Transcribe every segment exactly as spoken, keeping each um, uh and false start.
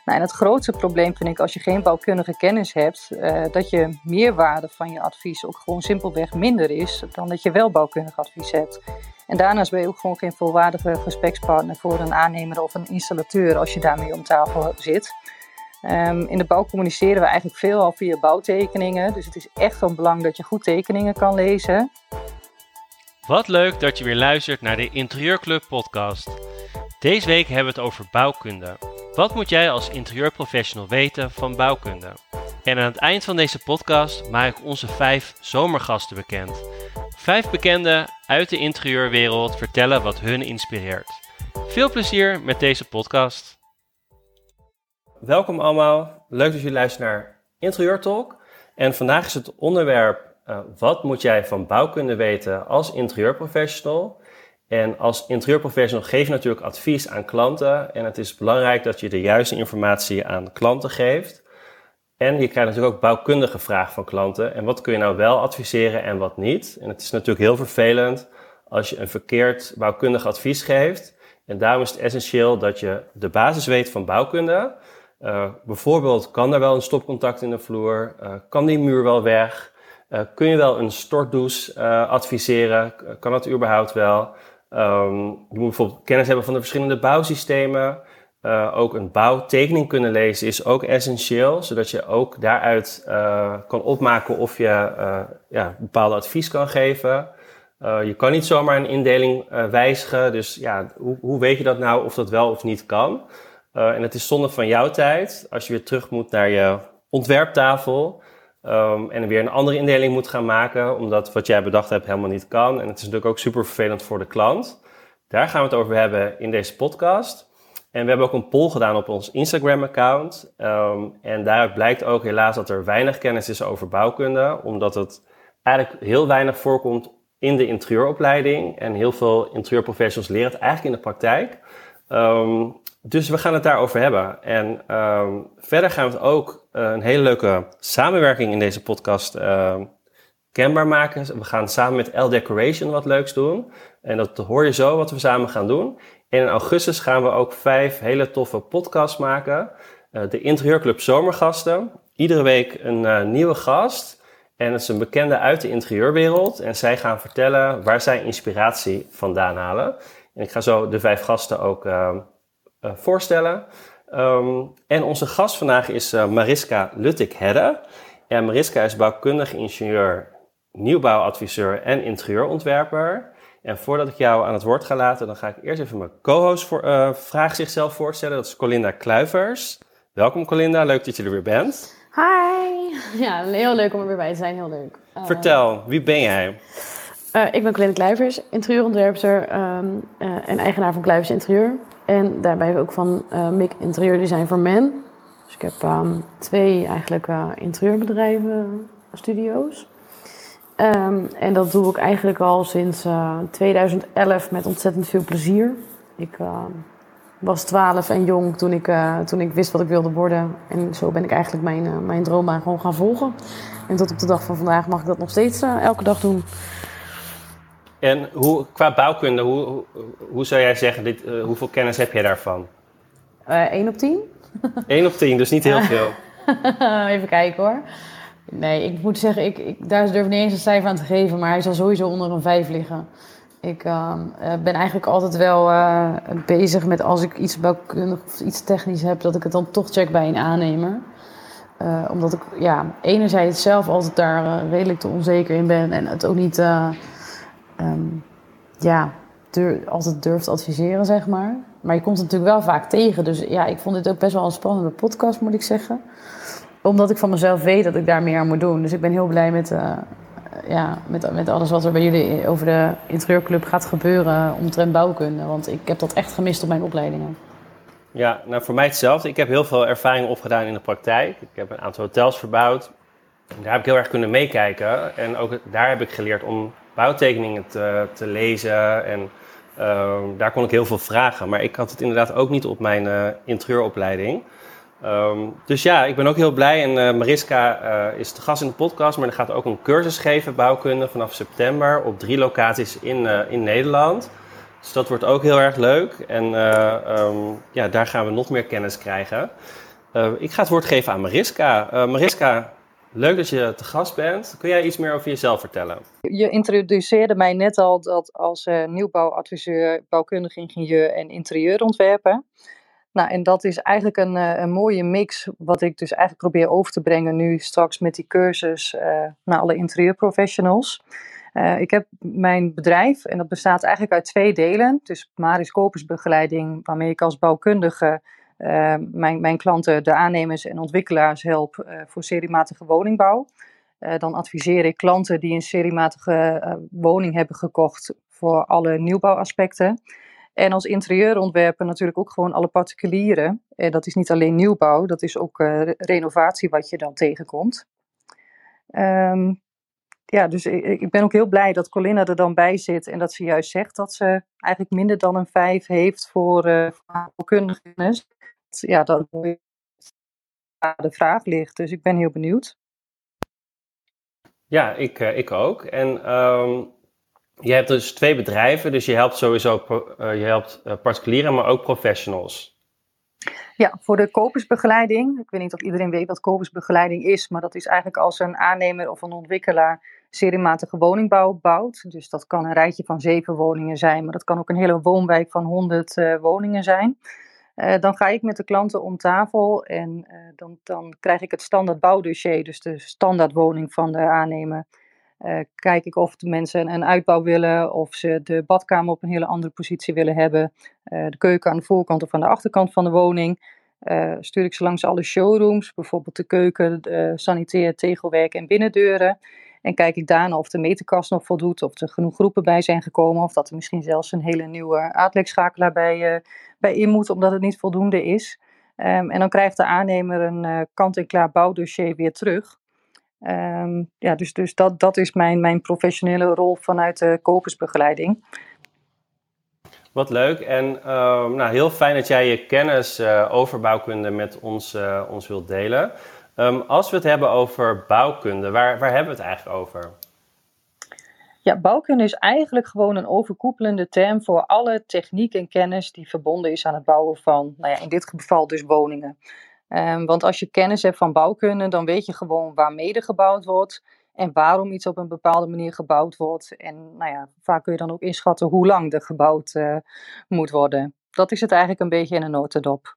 Nou, en het grootste probleem vind ik als je geen bouwkundige kennis hebt, uh, dat je meerwaarde van je advies ook gewoon simpelweg minder is dan dat je wel bouwkundig advies hebt. En daarnaast ben je ook gewoon geen volwaardige gesprekspartner voor een aannemer of een installateur als je daarmee om tafel zit. Um, in de bouw communiceren we eigenlijk veel al via bouwtekeningen, dus het is echt van belang dat je goed tekeningen kan lezen. Wat leuk dat je weer luistert naar de Interieurclub podcast. Deze week hebben we het over bouwkunde. Wat moet jij als interieurprofessional weten van bouwkunde? En aan het eind van deze podcast maak ik onze vijf zomergasten bekend. Vijf bekenden uit de interieurwereld vertellen wat hun inspireert. Veel plezier met deze podcast. Welkom allemaal, leuk dat jullie luisteren naar Interieur Talk. En vandaag is het onderwerp, uh, wat moet jij van bouwkunde weten als interieurprofessional? En als interieurprofessional geef je natuurlijk advies aan klanten. En het is belangrijk dat je de juiste informatie aan klanten geeft. En je krijgt natuurlijk ook bouwkundige vragen van klanten. En wat kun je nou wel adviseren en wat niet? En het is natuurlijk heel vervelend als je een verkeerd bouwkundig advies geeft. En daarom is het essentieel dat je de basis weet van bouwkunde. Uh, bijvoorbeeld, kan er wel een stopcontact in de vloer? Uh, kan die muur wel weg? Uh, kun je wel een stortdouche uh, adviseren? Uh, kan dat überhaupt wel? Um, je moet bijvoorbeeld kennis hebben van de verschillende bouwsystemen. Uh, ook een bouwtekening kunnen lezen is ook essentieel, zodat je ook daaruit uh, kan opmaken of je uh, ja, bepaalde advies kan geven. Uh, je kan niet zomaar een indeling uh, wijzigen, dus ja, hoe, hoe weet je dat nou of dat wel of niet kan? Uh, en het is zonde van jouw tijd als je weer terug moet naar je ontwerptafel um, en weer een andere indeling moet gaan maken, omdat wat jij bedacht hebt helemaal niet kan. En het is natuurlijk ook super vervelend voor de klant. Daar gaan we het over hebben in deze podcast. En we hebben ook een poll gedaan op ons Instagram-account. Um, en daaruit blijkt ook helaas dat er weinig kennis is over bouwkunde, omdat het eigenlijk heel weinig voorkomt in de interieuropleiding. En heel veel interieurprofessionals leren het eigenlijk in de praktijk. Um, dus we gaan het daarover hebben. En um, verder gaan we het ook uh, een hele leuke samenwerking in deze podcast uh, kenbaar maken. We gaan samen met L Decoration wat leuks doen. En dat hoor je zo wat we samen gaan doen. En in augustus gaan we ook vijf hele toffe podcasts maken. Uh, de Interieurclub Zomergasten. Iedere week een uh, nieuwe gast. En het is een bekende uit de interieurwereld. En zij gaan vertellen waar zij inspiratie vandaan halen. En ik ga zo de vijf gasten ook uh, uh, voorstellen. Um, en onze gast vandaag is uh, Mariska Luttik-Hedde. En Mariska is bouwkundig ingenieur, nieuwbouwadviseur en interieurontwerper. En voordat ik jou aan het woord ga laten, dan ga ik eerst even mijn co-host voor, uh, vraag zichzelf voorstellen. Dat is Colinda Kluivers. Welkom Colinda, leuk dat je er weer bent. Hi! Ja, heel leuk om er weer bij te zijn, heel leuk. Uh, Vertel, wie ben jij? Uh, ik ben Colinda Kluivers, interieurontwerper um, uh, en eigenaar van Kluivers Interieur. En daarbij ook van uh, M I C Interieur Design for Men. Dus ik heb um, twee eigenlijk uh, interieurbedrijven, studio's. Um, en dat doe ik eigenlijk al sinds uh, tweeduizend elf met ontzettend veel plezier. Ik uh, was twaalf en jong toen ik, uh, toen ik wist wat ik wilde worden. En zo ben ik eigenlijk mijn, uh, mijn droombaan gewoon gaan volgen. En tot op de dag van vandaag mag ik dat nog steeds uh, elke dag doen. En hoe, qua bouwkunde, hoe, hoe, hoe zou jij zeggen, dit, uh, hoeveel kennis heb jij daarvan? Uh, één op tien. één op tien, dus niet heel veel. Even kijken hoor. Nee, ik moet zeggen, ik, ik, daar durf ik niet eens een cijfer aan te geven, maar hij zal sowieso onder een vijf liggen. Ik uh, ben eigenlijk altijd wel uh, bezig met als ik iets bouwkundig of iets technisch heb, dat ik het dan toch check bij een aannemer. Uh, omdat ik ja, enerzijds zelf altijd daar uh, redelijk te onzeker in ben en het ook niet uh, um, ja, dur- altijd durf te adviseren, zeg maar. Maar je komt het natuurlijk wel vaak tegen, dus ja, ik vond dit ook best wel een spannende podcast, moet ik zeggen. Omdat ik van mezelf weet dat ik daar meer aan moet doen. Dus ik ben heel blij met, uh, ja, met, met alles wat er bij jullie over de interieurclub gaat gebeuren omtrent bouwkunde. Want ik heb dat echt gemist op mijn opleidingen. Ja, nou voor mij hetzelfde. Ik heb heel veel ervaring opgedaan in de praktijk. Ik heb een aantal hotels verbouwd. Daar heb ik heel erg kunnen meekijken. En ook daar heb ik geleerd om bouwtekeningen te, te lezen. En uh, daar kon ik heel veel vragen. Maar ik had het inderdaad ook niet op mijn uh, interieuropleiding. Um, dus ja, ik ben ook heel blij en uh, Mariska uh, is de gast in de podcast, maar er gaat ook een cursus geven, bouwkunde, vanaf september op drie locaties in, uh, in Nederland. Dus dat wordt ook heel erg leuk en uh, um, ja, daar gaan we nog meer kennis krijgen. Uh, ik ga het woord geven aan Mariska. Uh, Mariska, leuk dat je te gast bent. Kun jij iets meer over jezelf vertellen? Je introduceerde mij net al dat als uh, nieuwbouwadviseur, bouwkundig ingenieur en interieurontwerper. Nou, en dat is eigenlijk een, uh, een mooie mix wat ik dus eigenlijk probeer over te brengen nu straks met die cursus uh, naar alle interieurprofessionals. Uh, ik heb mijn bedrijf en dat bestaat eigenlijk uit twee delen. Dus Maris Kopersbegeleiding, waarmee ik als bouwkundige uh, mijn, mijn klanten, de aannemers en ontwikkelaars help uh, voor seriematige woningbouw. Uh, dan adviseer ik klanten die een seriematige uh, woning hebben gekocht voor alle nieuwbouwaspecten. En als interieurontwerper natuurlijk ook gewoon alle particulieren. En dat is niet alleen nieuwbouw, dat is ook uh, renovatie wat je dan tegenkomt. Um, ja, dus ik, ik ben ook heel blij dat Colinda er dan bij zit en dat ze juist zegt dat ze eigenlijk minder dan een vijf heeft voor uh, bouwkundige kennis. Ja, dat de vraag ligt, dus ik ben heel benieuwd. Ja, ik, uh, ik ook. En um, je hebt dus twee bedrijven, dus je helpt sowieso uh, je helpt uh, particulieren, maar ook professionals. Ja, voor de kopersbegeleiding. Ik weet niet of iedereen weet wat kopersbegeleiding is, maar dat is eigenlijk als een aannemer of een ontwikkelaar seriematige woningbouw bouwt. Dus dat kan een rijtje van zeven woningen zijn, maar dat kan ook een hele woonwijk van honderd uh, woningen zijn. Uh, dan ga ik met de klanten om tafel en uh, dan, dan krijg ik het standaard bouwdossier, dus de standaardwoning van de aannemer. Uh, kijk ik of de mensen een uitbouw willen, of ze de badkamer op een hele andere positie willen hebben, uh, de keuken aan de voorkant of aan de achterkant van de woning. Uh, stuur ik ze langs alle showrooms, bijvoorbeeld de keuken, de sanitair, tegelwerk en binnendeuren. En kijk ik daarna of de meterkast nog voldoet, of er genoeg groepen bij zijn gekomen, of dat er misschien zelfs een hele nieuwe uitlegschakelaar bij, uh, bij in moet, omdat het niet voldoende is. Um, en dan krijgt de aannemer een uh, kant-en-klaar bouwdossier weer terug. Um, ja, dus, dus dat, dat is mijn, mijn professionele rol vanuit de kopersbegeleiding. Wat leuk en uh, nou, heel fijn dat jij je kennis uh, over bouwkunde met ons, uh, ons wilt delen. Um, als we het hebben over bouwkunde, waar, waar hebben we het eigenlijk over? Ja, bouwkunde is eigenlijk gewoon een overkoepelende term voor alle techniek en kennis die verbonden is aan het bouwen van, nou ja, in dit geval dus woningen. Um, want als je kennis hebt van bouwkunde, dan weet je gewoon waarmee er gebouwd wordt en waarom iets op een bepaalde manier gebouwd wordt. En nou ja, vaak kun je dan ook inschatten hoe lang er gebouwd uh, moet worden. Dat is het eigenlijk een beetje in een notendop.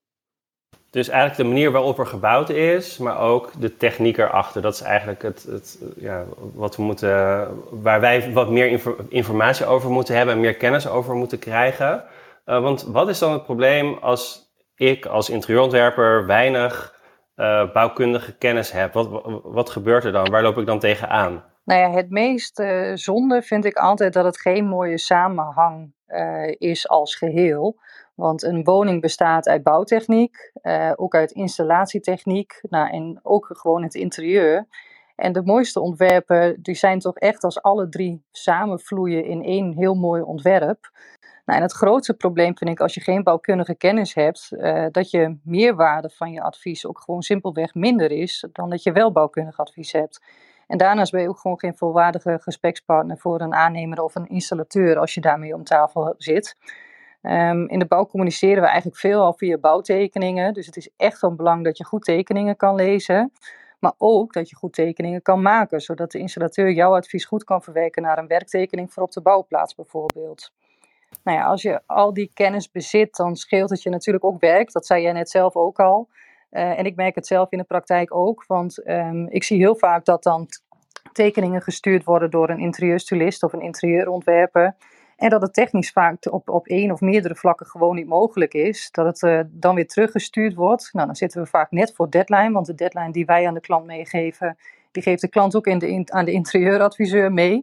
Dus eigenlijk de manier waarop er gebouwd is, maar ook de techniek erachter. Dat is eigenlijk het, het, ja, wat we moeten, waar wij wat meer infor- informatie over moeten hebben en meer kennis over moeten krijgen. Uh, want wat is dan het probleem als ik als interieurontwerper weinig uh, bouwkundige kennis heb? Wat, wat, wat gebeurt er dan? Waar loop ik dan tegenaan? Nou ja, het meest uh, zonde vind ik altijd dat het geen mooie samenhang uh, is als geheel. Want een woning bestaat uit bouwtechniek, uh, ook uit installatietechniek, nou, en ook gewoon het interieur. En de mooiste ontwerpen die zijn toch echt als alle drie samenvloeien in één heel mooi ontwerp. Nou, en het grootste probleem vind ik als je geen bouwkundige kennis hebt, uh, dat je meerwaarde van je advies ook gewoon simpelweg minder is dan dat je wel bouwkundig advies hebt. En daarnaast ben je ook gewoon geen volwaardige gesprekspartner voor een aannemer of een installateur als je daarmee om tafel zit. Um, in de bouw communiceren we eigenlijk veelal via bouwtekeningen. Dus het is echt van belang dat je goed tekeningen kan lezen. Maar ook dat je goed tekeningen kan maken. Zodat de installateur jouw advies goed kan verwerken naar een werktekening voor op de bouwplaats bijvoorbeeld. Nou ja, als je al die kennis bezit, dan scheelt het je natuurlijk ook werk. Dat zei jij net zelf ook al. Uh, en ik merk het zelf in de praktijk ook. Want um, ik zie heel vaak dat dan tekeningen gestuurd worden door een interieurstylist of een interieurontwerper. En dat het technisch vaak op, op één of meerdere vlakken gewoon niet mogelijk is. Dat het uh, dan weer teruggestuurd wordt. Nou, dan zitten we vaak net voor deadline. Want de deadline die wij aan de klant meegeven, die geeft de klant ook in de, in, aan de interieuradviseur mee.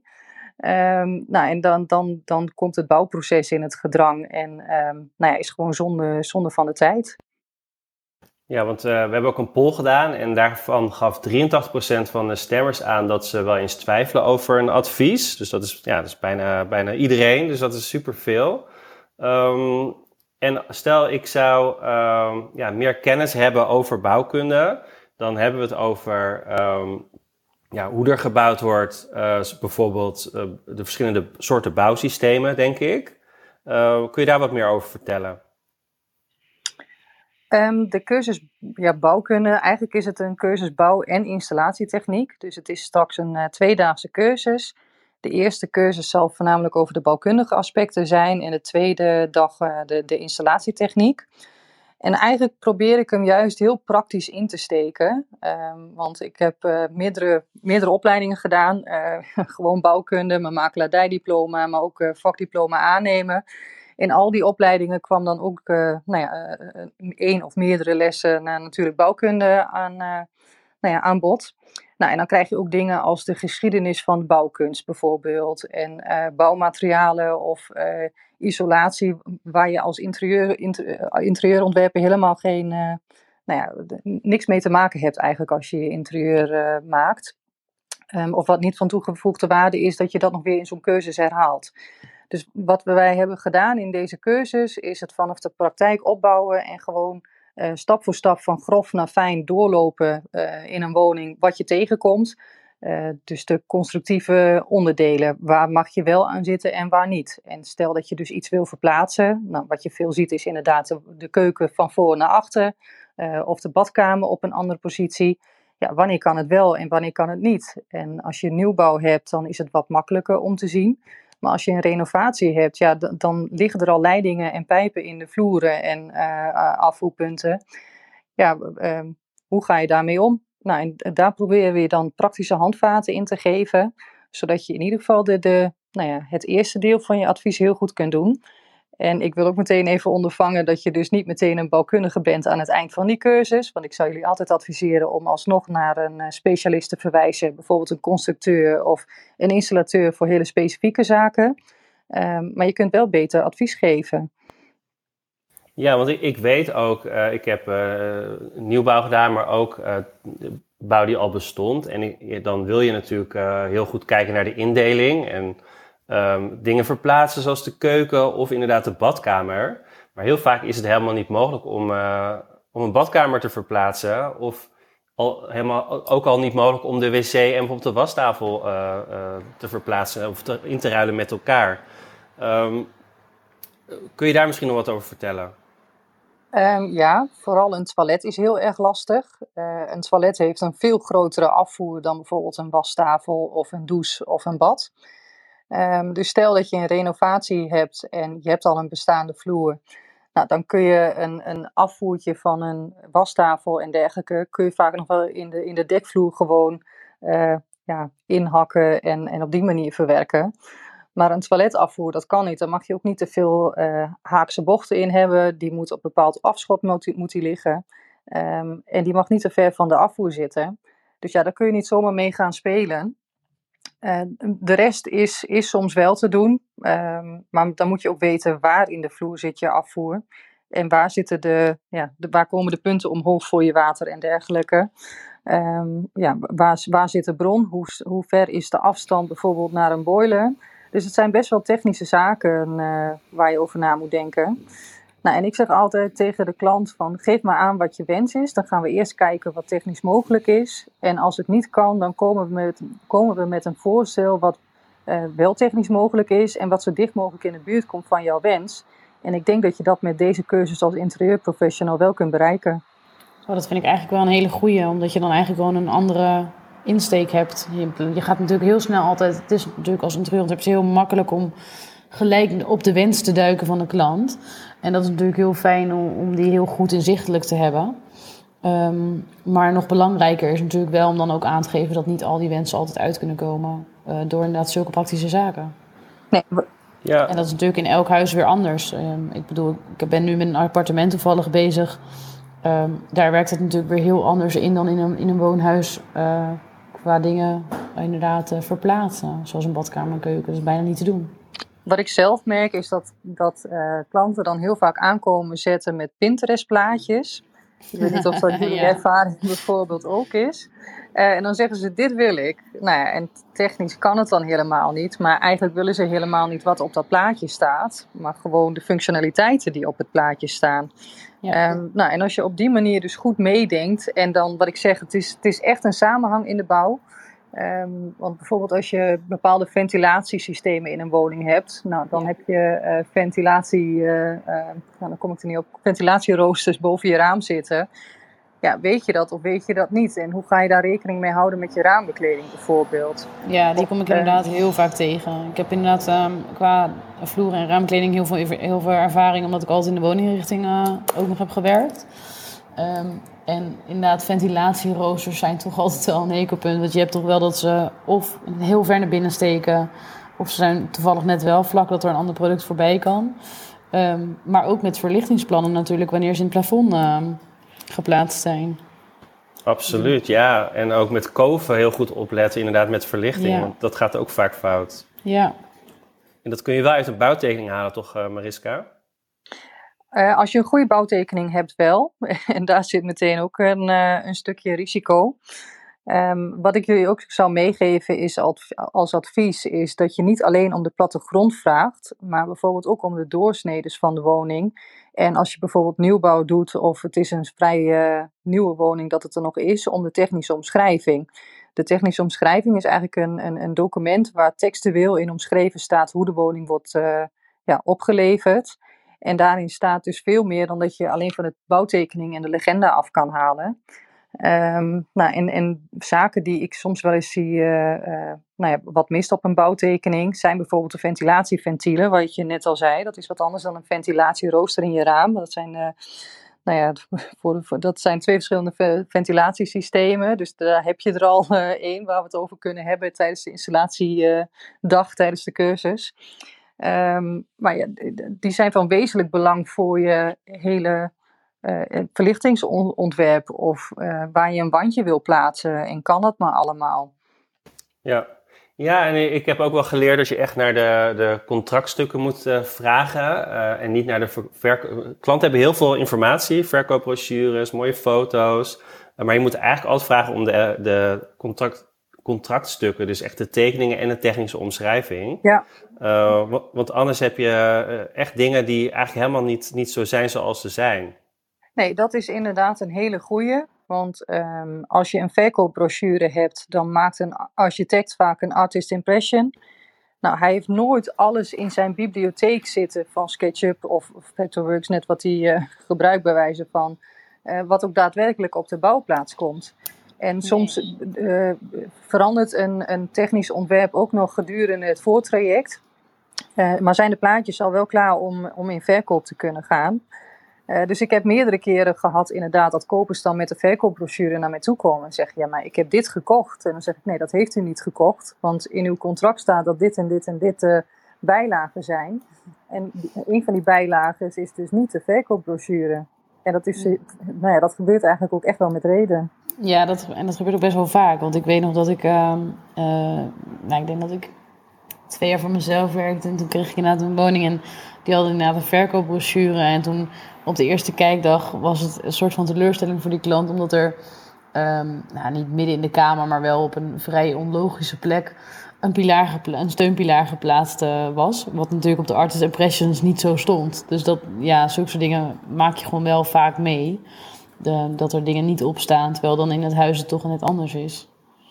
Um, nou, en dan, dan, dan komt het bouwproces in het gedrang. En um, nou ja, is gewoon zonde, zonde van de tijd. Ja, want uh, we hebben ook een poll gedaan en daarvan gaf drieëntachtig procent van de stemmers aan dat ze wel eens twijfelen over een advies. Dus dat is, ja, dat is bijna, bijna iedereen, dus dat is superveel. Um, en stel ik zou um, ja, meer kennis hebben over bouwkunde, dan hebben we het over um, ja, hoe er gebouwd wordt, uh, bijvoorbeeld uh, de verschillende soorten bouwsystemen, denk ik. Uh, kun je daar wat meer over vertellen? Um, de cursus ja, bouwkunde, eigenlijk is het een cursus bouw- en installatietechniek. Dus het is straks een uh, tweedaagse cursus. De eerste cursus zal voornamelijk over de bouwkundige aspecten zijn en de tweede dag uh, de, de installatietechniek. En eigenlijk probeer ik hem juist heel praktisch in te steken. Um, want ik heb uh, meerdere, meerdere opleidingen gedaan. Uh, gewoon bouwkunde, mijn makelaardijdiploma, maar ook uh, vakdiploma aannemen. In al die opleidingen kwam dan ook uh, nou ja, uh, één of meerdere lessen naar natuurlijk bouwkunde aan, uh, nou ja, aan bod. Nou, en dan krijg je ook dingen als de geschiedenis van de bouwkunst bijvoorbeeld. En uh, bouwmaterialen of uh, isolatie, waar je als interieur, inter, interieurontwerper helemaal geen, uh, nou ja, niks mee te maken hebt eigenlijk als je je interieur uh, maakt. Um, of wat niet van toegevoegde waarde is, dat je dat nog weer in zo'n cursus herhaalt. Dus wat wij hebben gedaan in deze cursus is het vanaf de praktijk opbouwen en gewoon uh, stap voor stap van grof naar fijn doorlopen uh, in een woning wat je tegenkomt. Uh, dus de constructieve onderdelen, waar mag je wel aan zitten en waar niet. En stel dat je dus iets wil verplaatsen, nou, wat je veel ziet is inderdaad de, de keuken van voor naar achter uh, of de badkamer op een andere positie. Ja, wanneer kan het wel en wanneer kan het niet? En als je nieuwbouw hebt, dan is het wat makkelijker om te zien. Maar als je een renovatie hebt, ja, d- dan liggen er al leidingen en pijpen in de vloeren en uh, afvoerpunten. Ja, uh, hoe ga je daarmee om? Nou, en daar proberen we dan praktische handvaten in te geven, zodat je in ieder geval de, de, nou ja, het eerste deel van je advies heel goed kunt doen. En ik wil ook meteen even ondervangen dat je dus niet meteen een bouwkundige bent aan het eind van die cursus. Want ik zou jullie altijd adviseren om alsnog naar een specialist te verwijzen. Bijvoorbeeld een constructeur of een installateur voor hele specifieke zaken. Um, maar je kunt wel beter advies geven. Ja, want ik, ik weet ook, uh, ik heb uh, nieuwbouw gedaan, maar ook uh, bouw die al bestond. En ik, dan wil je natuurlijk uh, heel goed kijken naar de indeling en um, dingen verplaatsen zoals de keuken of inderdaad de badkamer. Maar heel vaak is het helemaal niet mogelijk om, uh, om een badkamer te verplaatsen of al, helemaal, ook al niet mogelijk om de wc en bijvoorbeeld de wastafel uh, uh, te verplaatsen of te, in te ruilen met elkaar. Um, kun je daar misschien nog wat over vertellen? Um, ja, vooral een toilet is heel erg lastig. Uh, een toilet heeft een veel grotere afvoer dan bijvoorbeeld een wastafel of een douche of een bad. Um, dus stel dat je een renovatie hebt en je hebt al een bestaande vloer. Nou, dan kun je een, een afvoertje van een wastafel en dergelijke, kun je vaak nog wel in de, in de dekvloer gewoon uh, ja, inhakken en, en op die manier verwerken. Maar een toiletafvoer, dat kan niet. Daar mag je ook niet te veel uh, haakse bochten in hebben. Die moet op bepaald afschot moet, moet die liggen. Um, en die mag niet te ver van de afvoer zitten. Dus ja, daar kun je niet zomaar mee gaan spelen. Uh, de rest is, is soms wel te doen. Um, maar dan moet je ook weten waar in de vloer zit je afvoer. En waar, zitten de, ja, de, waar komen de punten omhoog voor je water en dergelijke. Um, ja, waar, waar zit de bron? Hoe, hoe ver is de afstand bijvoorbeeld naar een boiler? Dus het zijn best wel technische zaken uh, waar je over na moet denken. Nou, en ik zeg altijd tegen de klant van geef maar aan wat je wens is. Dan gaan we eerst kijken wat technisch mogelijk is. En als het niet kan, dan komen we met, komen we met een voorstel wat uh, wel technisch mogelijk is. En wat zo dicht mogelijk in de buurt komt van jouw wens. En ik denk dat je dat met deze cursus als interieurprofessional wel kunt bereiken. Oh, dat vind ik eigenlijk wel een hele goeie. Omdat je dan eigenlijk gewoon een andere insteek hebt. Je, je gaat natuurlijk heel snel altijd... Het is natuurlijk als interieurontwerper heel makkelijk om gelijk op de wens te duiken van de klant. En dat is natuurlijk heel fijn om, om die heel goed inzichtelijk te hebben. Um, maar nog belangrijker is natuurlijk wel om dan ook aan te geven dat niet al die wensen altijd uit kunnen komen. Uh, door inderdaad zulke praktische zaken. Nee. Ja. En dat is natuurlijk in elk huis weer anders. Um, ik bedoel, ik ben nu met een appartement toevallig bezig. Um, daar werkt het natuurlijk weer heel anders in dan in een, in een woonhuis. Uh, qua dingen uh, inderdaad uh, verplaatsen. Zoals een badkamer en keuken. Dat is bijna niet te doen. Wat ik zelf merk is dat, dat uh, klanten dan heel vaak aankomen zetten met Pinterest plaatjes. Ik weet niet of dat jullie ja. ervaring bijvoorbeeld ook is. Uh, en dan zeggen ze, dit wil ik. Nou ja, en technisch kan het dan helemaal niet. Maar eigenlijk willen ze helemaal niet wat op dat plaatje staat. Maar gewoon de functionaliteiten die op het plaatje staan. Ja. Um, nou, en als je op die manier dus goed meedenkt. En dan wat ik zeg, het is, het is echt een samenhang in de bouw. Um, want bijvoorbeeld als je bepaalde ventilatiesystemen in een woning hebt, nou, dan ja. heb je uh, ventilatie, uh, uh, nou, dan kom ik er niet op, ventilatieroosters boven je raam zitten. Ja, weet je dat of weet je dat niet? En hoe ga je daar rekening mee houden met je raambekleding bijvoorbeeld? Ja, die kom ik inderdaad uh, heel vaak tegen. Ik heb inderdaad um, qua vloer- en raamkleding heel veel, heel veel ervaring, omdat ik altijd in de woninginrichting uh, ook nog heb gewerkt. Um, en inderdaad, ventilatieroosters zijn toch altijd wel een hekelpunt. Want je hebt toch wel dat ze of heel ver naar binnen steken, of ze zijn toevallig net wel vlak dat er een ander product voorbij kan. Um, maar ook met verlichtingsplannen natuurlijk, wanneer ze in het plafond uh, geplaatst zijn. Absoluut, ja. En ook met koven heel goed opletten, inderdaad met verlichting. Ja. Want dat gaat ook vaak fout. Ja. En dat kun je wel uit een bouwtekening halen, toch uh, Mariska? Uh, als je een goede bouwtekening hebt wel. En daar zit meteen ook een, uh, een stukje risico. Um, wat ik jullie ook zou meegeven is als, als advies, is dat je niet alleen om de plattegrond vraagt, maar bijvoorbeeld ook om de doorsnedes van de woning. En als je bijvoorbeeld nieuwbouw doet of het is een vrij uh, nieuwe woning dat het er nog is, om de technische omschrijving. De technische omschrijving is eigenlijk een, een, een document waar textueel in omschreven staat hoe de woning wordt uh, ja, opgeleverd. En daarin staat dus veel meer dan dat je alleen van de bouwtekening en de legenda af kan halen. Um, nou, en, en zaken die ik soms wel eens zie, uh, uh, nou ja, wat mist op een bouwtekening, zijn bijvoorbeeld de ventilatieventielen, wat je net al zei. Dat is wat anders dan een ventilatierooster in je raam. Dat zijn, uh, nou ja, voor, voor, dat zijn twee verschillende ventilatiesystemen. Dus daar heb je er al uh, één waar we het over kunnen hebben tijdens de installatiedag, uh, tijdens de cursus. Um, maar ja, die zijn van wezenlijk belang voor je hele uh, verlichtingsontwerp of uh, waar je een wandje wil plaatsen en kan dat maar allemaal. Ja, ja en ik heb ook wel geleerd dat je echt naar de, de contractstukken moet uh, vragen uh, en niet naar de ver- ver- klanten hebben heel veel informatie, verkoopbrochures, mooie foto's, uh, maar je moet eigenlijk altijd vragen om de, de contract contractstukken, dus echt de tekeningen en de technische omschrijving. Ja. Uh, want, want anders heb je uh, echt dingen die eigenlijk helemaal niet, niet zo zijn zoals ze zijn. Nee, dat is inderdaad een hele goeie. Want um, als je een verkoopbrochure hebt, dan maakt een architect vaak een artist impression. Nou, hij heeft nooit alles in zijn bibliotheek zitten van SketchUp of Vectorworks, net wat hij uh, gebruikt bij wijze van, uh, wat ook daadwerkelijk op de bouwplaats komt. En soms uh, verandert een, een technisch ontwerp ook nog gedurende het voortraject. Uh, maar zijn de plaatjes al wel klaar om, om in verkoop te kunnen gaan. Uh, dus ik heb meerdere keren gehad inderdaad dat kopers dan met de verkoopbrochure naar mij toe komen en zeggen, ja, maar ik heb dit gekocht. En dan zeg ik, nee, dat heeft u niet gekocht. Want in uw contract staat dat dit en dit en dit uh, bijlagen zijn. En een van die bijlagen is dus niet de verkoopbrochure. En dat, is, nou ja, dat gebeurt eigenlijk ook echt wel met reden. Ja, dat, en dat gebeurt ook best wel vaak. Want ik weet nog dat ik, uh, uh, nou ik denk dat ik twee jaar voor mezelf werkte. En toen kreeg ik inderdaad een woning en die hadden inderdaad een verkoopbrochure. En toen op de eerste kijkdag was het een soort van teleurstelling voor die klant. Omdat er, um, nou niet midden in de kamer, maar wel op een vrij onlogische plek een, pilaar gepla- een steunpilaar geplaatst uh, was. Wat natuurlijk op de Artist Impressions niet zo stond. Dus dat, ja, zulke soort dingen maak je gewoon wel vaak mee. De, dat er dingen niet opstaan, terwijl dan in het huis het toch net anders is.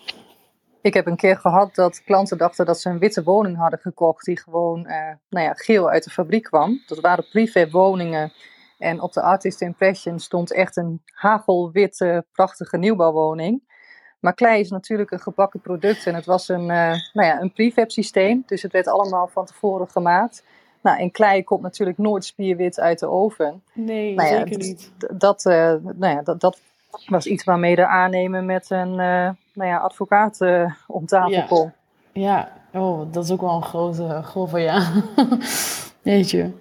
Ik heb een keer gehad dat klanten dachten dat ze een witte woning hadden gekocht die gewoon uh, nou ja, geel uit de fabriek kwam. Dat waren prefab woningen en op de Artist Impression stond echt een hagelwitte, prachtige nieuwbouwwoning. Maar klei is natuurlijk een gebakken product en het was een, uh, nou ja, een prefab systeem, dus het werd allemaal van tevoren gemaakt. Nou, en klei komt natuurlijk nooit spierwit uit de oven. Nee, nou ja, zeker niet. D- dat, uh, nou ja, dat, dat was iets waarmee de aannemer met een uh, nou ja, advocaat uh, om tafel ja. kon. Ja, oh, dat is ook wel een grote grove, ja. Weet je.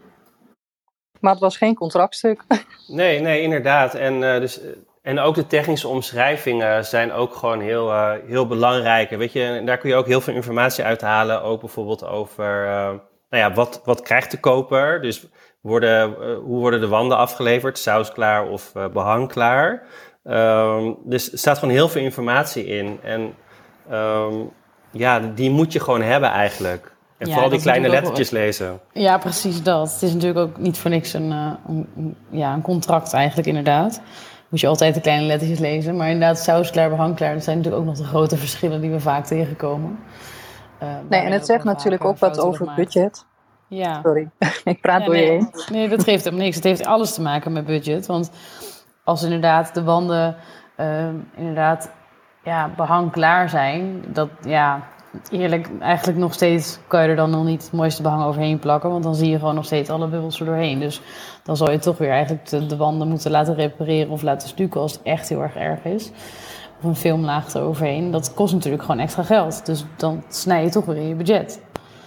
Maar het was geen contractstuk. Nee, nee, inderdaad. En, uh, dus, en ook de technische omschrijvingen zijn ook gewoon heel, uh, heel belangrijk. Weet je, en daar kun je ook heel veel informatie uithalen. Ook bijvoorbeeld over, uh, nou ja, wat, wat krijgt de koper? Dus worden, uh, hoe worden de wanden afgeleverd? Saus klaar of uh, behang klaar? Um, dus er staat gewoon heel veel informatie in. En um, ja, die moet je gewoon hebben eigenlijk. En ja, vooral die kleine lettertjes wel lezen. Ja, precies dat. Het is natuurlijk ook niet voor niks een, uh, een, ja, een contract eigenlijk inderdaad. moet je altijd de kleine lettertjes lezen. Maar inderdaad, sausklaar, behangklaar, dat zijn natuurlijk ook nog de grote verschillen die we vaak tegenkomen. Uh, nee, en het zegt natuurlijk ook wat over budget. Ja. Sorry, ik praat ja, door nee, je heen. Nee, dat geeft helemaal niks. Het heeft alles te maken met budget. Want als inderdaad de wanden uh, inderdaad ja, behangklaar zijn, dat ja, eerlijk, eigenlijk nog steeds kan je er dan nog niet het mooiste behang overheen plakken. Want dan zie je gewoon nog steeds alle bubbels er doorheen. Dus dan zal je toch weer eigenlijk de, de wanden moeten laten repareren of laten stukken als het echt heel erg erg is. Of een filmlaag eroverheen. Dat kost natuurlijk gewoon extra geld. Dus dan snij je toch weer in je budget.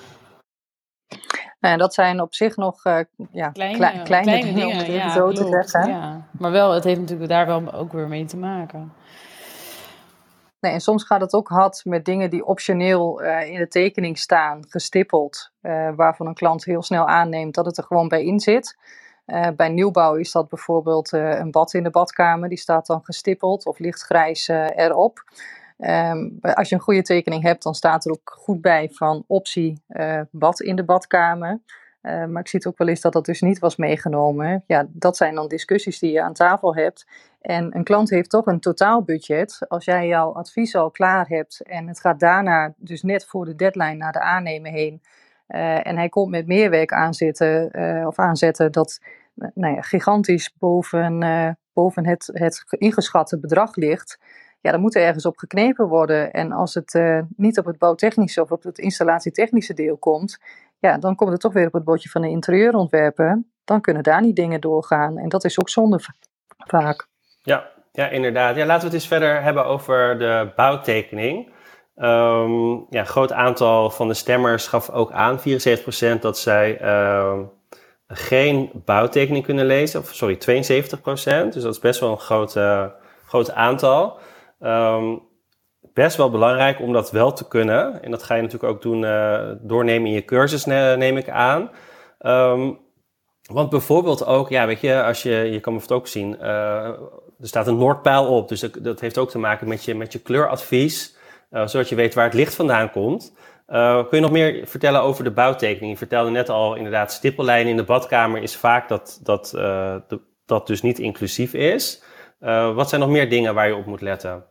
Nou, dat zijn op zich nog uh, ja, kleine, kleine, kleine dingen, dingen om het even ja, zo klopt, te zeggen. Ja. Maar wel, het heeft natuurlijk daar wel ook weer mee te maken. Nee, en soms gaat het ook hard met dingen die optioneel uh, in de tekening staan, gestippeld. Uh, waarvan een klant heel snel aanneemt dat het er gewoon bij in zit. Uh, bij nieuwbouw is dat bijvoorbeeld uh, een bad in de badkamer. Die staat dan gestippeld of lichtgrijs uh, erop. Um, als je een goede tekening hebt, dan staat er ook goed bij van optie uh, bad in de badkamer. Uh, maar ik zie het ook wel eens dat dat dus niet was meegenomen. Ja, dat zijn dan discussies die je aan tafel hebt. En een klant heeft toch een totaalbudget. Als jij jouw advies al klaar hebt en het gaat daarna dus net voor de deadline naar de aannemer heen. Uh, en hij komt met meer werk aanzetten, uh, of aanzetten dat uh, nou ja, gigantisch boven, uh, boven het, het ingeschatte bedrag ligt. Ja, dan moet er ergens op geknepen worden. En als het uh, niet op het bouwtechnische of op het installatietechnische deel komt, ja, dan komt het toch weer op het bordje van de interieurontwerper. Dan kunnen daar niet dingen doorgaan. En dat is ook zonde vaak. Ja, ja, inderdaad. Ja, laten we het eens verder hebben over de bouwtekening. Um, ja, een groot aantal van de stemmers gaf ook aan, vierenzeventig procent, dat zij uh, geen bouwtekening kunnen lezen. Of sorry, tweeënzeventig procent. Dus dat is best wel een groot, uh, groot aantal. Um, best wel belangrijk om dat wel te kunnen. En dat ga je natuurlijk ook doen, uh, doornemen in je cursus, neem ik aan. Um, want bijvoorbeeld ook, ja, weet je, als je, je kan bijvoorbeeld ook zien, uh, er staat een Noordpijl op. Dus dat, dat heeft ook te maken met je, met je kleuradvies, uh, zodat je weet waar het licht vandaan komt. Uh, kun je nog meer vertellen over de bouwtekening? Je vertelde net al, inderdaad, stippellijnen in de badkamer is vaak dat dat, uh, de, dat dus niet inclusief is. Uh, wat zijn nog meer dingen waar je op moet letten?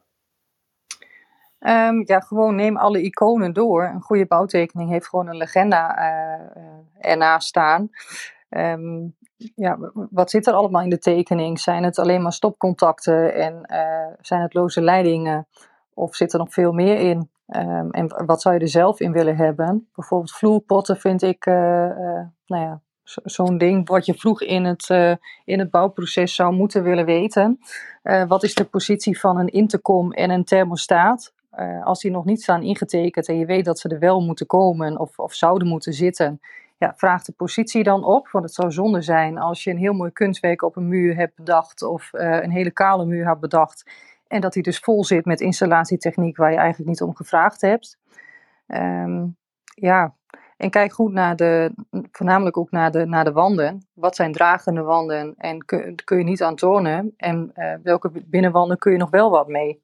Um, ja, gewoon neem alle iconen door. Een goede bouwtekening heeft gewoon een legenda uh, uh, ernaast staan. Um, ja, wat zit er allemaal in de tekening? Zijn het alleen maar stopcontacten en uh, zijn het loze leidingen? Of zit er nog veel meer in? Um, en wat zou je er zelf in willen hebben? Bijvoorbeeld vloerpotten vind ik, uh, uh, nou ja, zo, zo'n ding wat je vroeg in het, uh, in het bouwproces zou moeten willen weten. Uh, wat is de positie van een intercom en een thermostaat? Uh, als die nog niet staan ingetekend en je weet dat ze er wel moeten komen of, of zouden moeten zitten, ja, vraag de positie dan op. Want het zou zonde zijn als je een heel mooi kunstwerk op een muur hebt bedacht of uh, een hele kale muur hebt bedacht en dat die dus vol zit met installatietechniek waar je eigenlijk niet om gevraagd hebt. Um, ja, en kijk goed naar de, voornamelijk ook naar de, naar de wanden. Wat zijn dragende wanden en kun, kun je niet aan tonen en uh, welke binnenwanden kun je nog wel wat mee?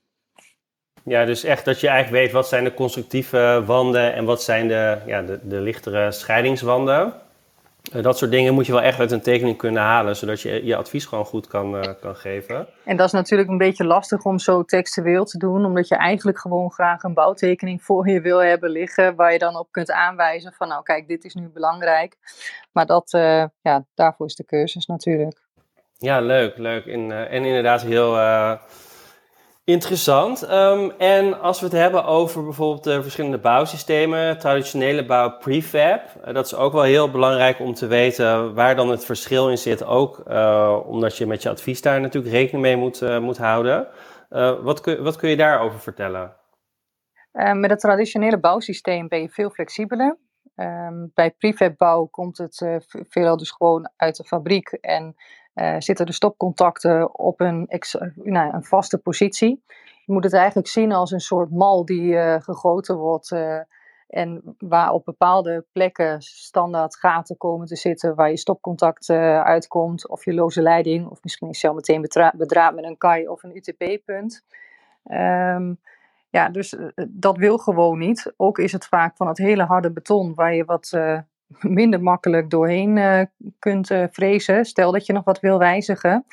Ja, dus echt dat je eigenlijk weet wat zijn de constructieve wanden en wat zijn de, ja, de, de lichtere scheidingswanden. Uh, dat soort dingen moet je wel echt uit een tekening kunnen halen, zodat je je advies gewoon goed kan, uh, kan geven. En dat is natuurlijk een beetje lastig om zo textueel te doen, omdat je eigenlijk gewoon graag een bouwtekening voor je wil hebben liggen, waar je dan op kunt aanwijzen van nou kijk, dit is nu belangrijk. Maar dat, uh, ja, daarvoor is de cursus natuurlijk. Ja, leuk, leuk. En, uh, en inderdaad heel... Uh, Interessant. Um, en als we het hebben over bijvoorbeeld de verschillende bouwsystemen, traditionele bouw, prefab, uh, dat is ook wel heel belangrijk om te weten waar dan het verschil in zit. Ook uh, omdat je met je advies daar natuurlijk rekening mee moet, uh, moet houden. Uh, wat, kun, wat kun je daarover vertellen? Uh, met het traditionele bouwsysteem ben je veel flexibeler. Um, bij prefabbouw komt het uh, veelal dus gewoon uit de fabriek en uh, zitten de stopcontacten op een, ex, nou, een vaste positie. Je moet het eigenlijk zien als een soort mal die uh, gegoten wordt uh, en waar op bepaalde plekken standaard gaten komen te zitten waar je stopcontact uh, uitkomt of je loze leiding of misschien is je al meteen bedra- bedraad met een kai of een U T P-punt. Um, Ja, dus uh, dat wil gewoon niet. Ook is het vaak van het hele harde beton waar je wat uh, minder makkelijk doorheen uh, kunt uh, frezen. Stel dat je nog wat wil wijzigen.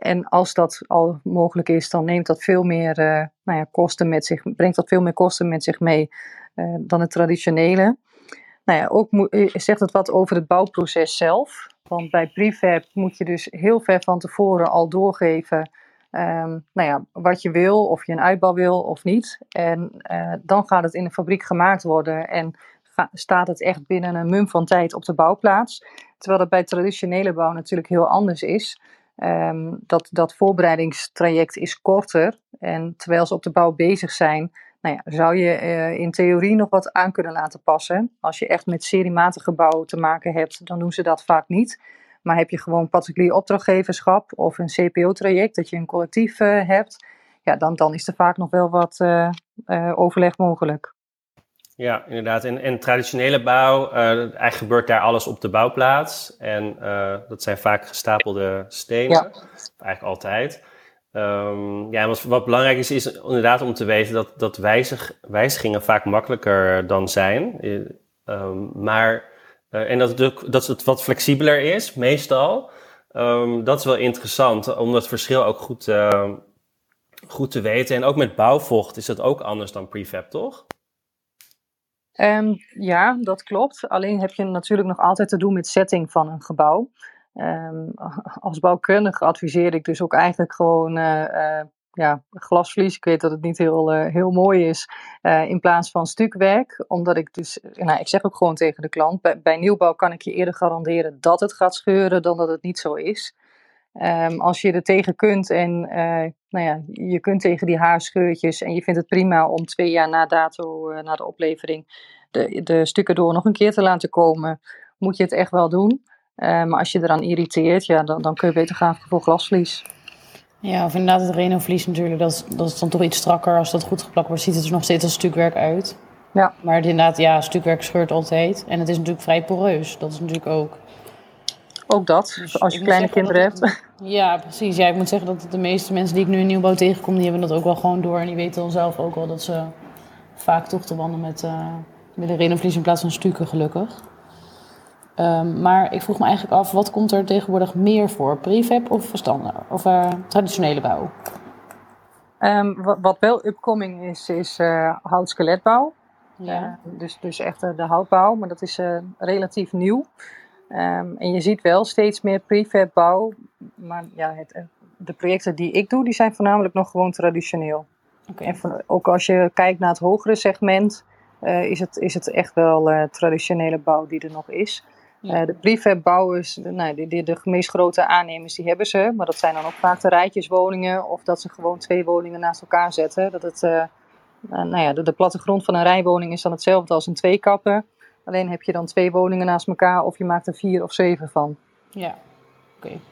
En als dat al mogelijk is, dan neemt dat veel meer uh, nou ja, kosten met zich, brengt dat veel meer kosten met zich mee uh, dan het traditionele. Nou ja, ook mo- zegt het wat over het bouwproces zelf. Want bij prefab moet je dus heel ver van tevoren al doorgeven um, nou ja, wat je wil, of je een uitbouw wil of niet. En uh, dan gaat het in de fabriek gemaakt worden en ga, staat het echt binnen een mum van tijd op de bouwplaats. Terwijl dat bij traditionele bouw natuurlijk heel anders is. Um, dat, dat voorbereidingstraject is korter. En terwijl ze op de bouw bezig zijn, nou ja, zou je uh, in theorie nog wat aan kunnen laten passen. Als je echt met seriematige bouw te maken hebt, dan doen ze dat vaak niet. Maar heb je gewoon particulier opdrachtgeverschap of een C P O-traject, dat je een collectief uh, hebt, ja, dan, dan is er vaak nog wel wat uh, uh, overleg mogelijk. Ja, inderdaad. En, en traditionele bouw, uh, eigenlijk gebeurt daar alles op de bouwplaats. En uh, dat zijn vaak gestapelde stenen, Ja. eigenlijk altijd. Um, ja, wat, wat belangrijk is, is inderdaad om te weten dat, dat wijzig, wijzigingen vaak makkelijker dan zijn. Um, maar, uh, en dat het, dat het wat flexibeler is, meestal. Um, dat is wel interessant, om dat verschil ook goed, uh, goed te weten. En ook met bouwvocht is dat ook anders dan prefab, toch? Um, ja, dat klopt. Alleen heb je natuurlijk nog altijd te doen met setting van een gebouw. Um, als bouwkundige adviseer ik dus ook eigenlijk gewoon uh, uh, ja, glasvlies. Ik weet dat het niet heel, uh, heel mooi is. Uh, in plaats van stukwerk. Omdat ik dus, nou, ik zeg ook gewoon tegen de klant. Bij, bij nieuwbouw kan ik je eerder garanderen dat het gaat scheuren dan dat het niet zo is. Um, als je er tegen kunt en uh, nou ja, je kunt tegen die haarscheurtjes en je vindt het prima om twee jaar na dato, uh, na de oplevering, de, de stukken door nog een keer te laten komen, moet je het echt wel doen. Uh, maar als je eraan irriteert, ja, dan, dan kun je beter gaan voor glasvlies. Ja, of inderdaad het Renovlies natuurlijk, dat is, dat is dan toch iets strakker. Als dat goed geplakt wordt, ziet het er nog steeds als stukwerk uit. Ja. Maar het inderdaad, ja, stukwerk scheurt altijd. En het is natuurlijk vrij poreus, dat is natuurlijk ook. Ook dat, dus als je kleine kinderen hebt. Het, ja, precies. Ja, ik moet zeggen dat de meeste mensen die ik nu in nieuwbouw tegenkom, die hebben dat ook wel gewoon door. En die weten dan zelf ook wel dat ze vaak toch te wandelen met, uh, met een Renovlies in plaats van stukken, gelukkig. Um, maar ik vroeg me eigenlijk af, wat komt er tegenwoordig meer voor? Prefab of standaard? Of uh, traditionele bouw? Um, wat, wat wel upcoming is, is uh, hout-skeletbouw. Ja. Uh, dus, dus echt uh, de houtbouw, maar dat is uh, relatief nieuw. Um, en je ziet wel steeds meer prefabbouw, maar ja, het, de projecten die ik doe, die zijn voornamelijk nog gewoon traditioneel. Okay. En van, ook als je kijkt naar het hogere segment, uh, is, het, is het echt wel uh, traditionele bouw die er nog is. Ja. Uh, de prefabbouwers, nou, de, de, de meest grote aannemers, die hebben ze, maar dat zijn dan ook vaak de rijtjeswoningen of dat ze gewoon twee woningen naast elkaar zetten. Dat het, uh, uh, nou ja, de, de plattegrond van een rijwoning is dan hetzelfde als een tweekapper. Alleen heb je dan twee woningen naast elkaar of je maakt er vier of zeven van. Ja, oké. Okay.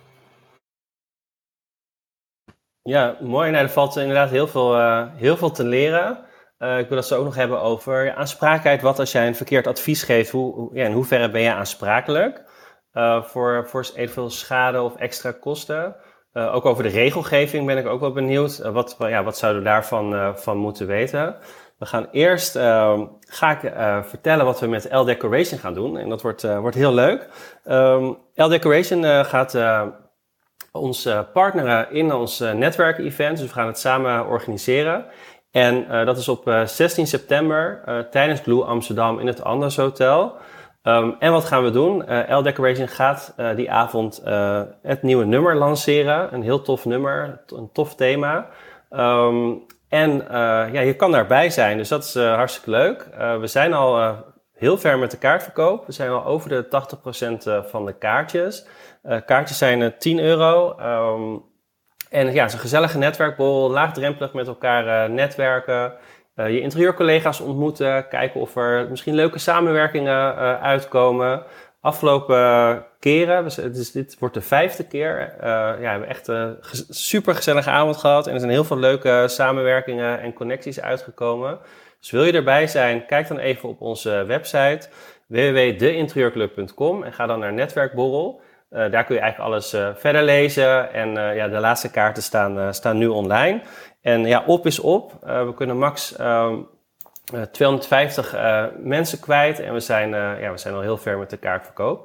Ja, mooi. Nou, er valt inderdaad heel veel, uh, heel veel te leren. Uh, ik wil dat zo ook nog hebben over aansprakelijkheid. Wat als jij een verkeerd advies geeft, hoe, hoe, ja, in hoeverre ben je aansprakelijk uh, voor, voor eventueel schade of extra kosten? Uh, ook over de regelgeving ben ik ook wel benieuwd. Uh, wat, ja, wat zouden we daarvan uh, van moeten weten? We gaan eerst, uh, ga ik uh, vertellen wat we met L Decoration gaan doen. En dat wordt, uh, wordt heel leuk. Um, L Decoration uh, gaat uh, ons uh, partneren in ons uh, netwerkevent. Dus we gaan het samen organiseren. En uh, dat is op uh, zestien september uh, tijdens Glue Amsterdam in het Anders Hotel. Um, en wat gaan we doen? Uh, L Decoration gaat uh, die avond uh, het nieuwe nummer lanceren. Een heel tof nummer, een tof thema. Um, En uh, ja, je kan daarbij zijn, dus dat is uh, hartstikke leuk. Uh, we zijn al uh, heel ver met de kaartverkoop. We zijn al over de tachtig procent uh, van de kaartjes. Uh, kaartjes zijn uh, tien euro. Um, en ja, het is een gezellige netwerkborrel, laagdrempelig met elkaar uh, netwerken. Uh, je interieurcollega's ontmoeten, kijken of er misschien leuke samenwerkingen uh, uitkomen. Afgelopen keren, dus dit wordt de vijfde keer, uh, ja, we hebben echt een super gezellige avond gehad. En er zijn heel veel leuke samenwerkingen en connecties uitgekomen. Dus wil je erbij zijn, kijk dan even op onze website w w w punt de interieurclub punt com en ga dan naar Netwerkborrel. Uh, daar kun je eigenlijk alles uh, verder lezen en uh, ja, de laatste kaarten staan, uh, staan nu online. En ja, op is op. Uh, we kunnen max uh, tweehonderdvijftig uh, mensen kwijt en we zijn, uh, ja, we zijn al heel ver met de kaartverkoop.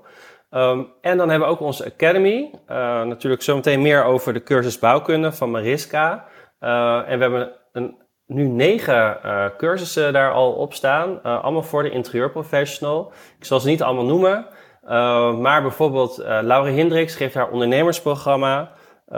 Um, en dan hebben we ook onze Academy. Uh, natuurlijk zometeen meer over de cursus bouwkunde van Mariska. Uh, en we hebben een, nu negen uh, cursussen daar al op staan. Uh, allemaal voor de interieurprofessional. Ik zal ze niet allemaal noemen. Uh, maar bijvoorbeeld uh, Laura Hindriks geeft haar ondernemersprogramma.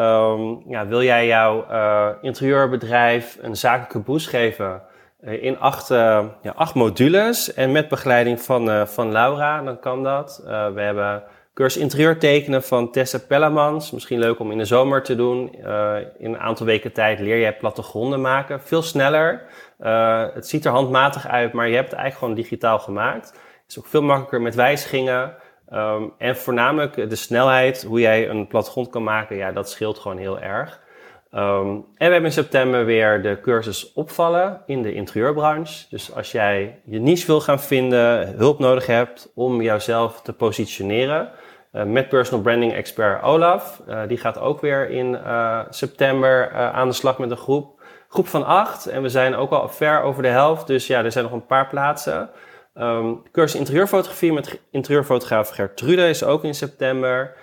Um, ja, wil jij jouw uh, interieurbedrijf een zakelijke boost geven uh, in acht, uh, ja, acht modules en met begeleiding van, uh, van Laura, dan kan dat. Uh, we hebben cursus interieur tekenen van Tessa Pellemans. Misschien leuk om in de zomer te doen. Uh, in een aantal weken tijd leer je plattegronden maken. Veel sneller. Uh, het ziet er handmatig uit, maar je hebt het eigenlijk gewoon digitaal gemaakt. Het is ook veel makkelijker met wijzigingen. Um, en voornamelijk de snelheid, hoe jij een plattegrond kan maken, ja, dat scheelt gewoon heel erg. Um, en we hebben in september weer de cursus opvallen in de interieurbranche. Dus als jij je niche wil gaan vinden, hulp nodig hebt om jouzelf te positioneren, uh, met personal branding expert Olaf. Uh, die gaat ook weer in uh, september uh, aan de slag met een groep. Groep van acht en we zijn ook al ver over de helft, dus ja, er zijn nog een paar plaatsen. Um, cursus interieurfotografie met interieurfotograaf Gertrude is ook in september.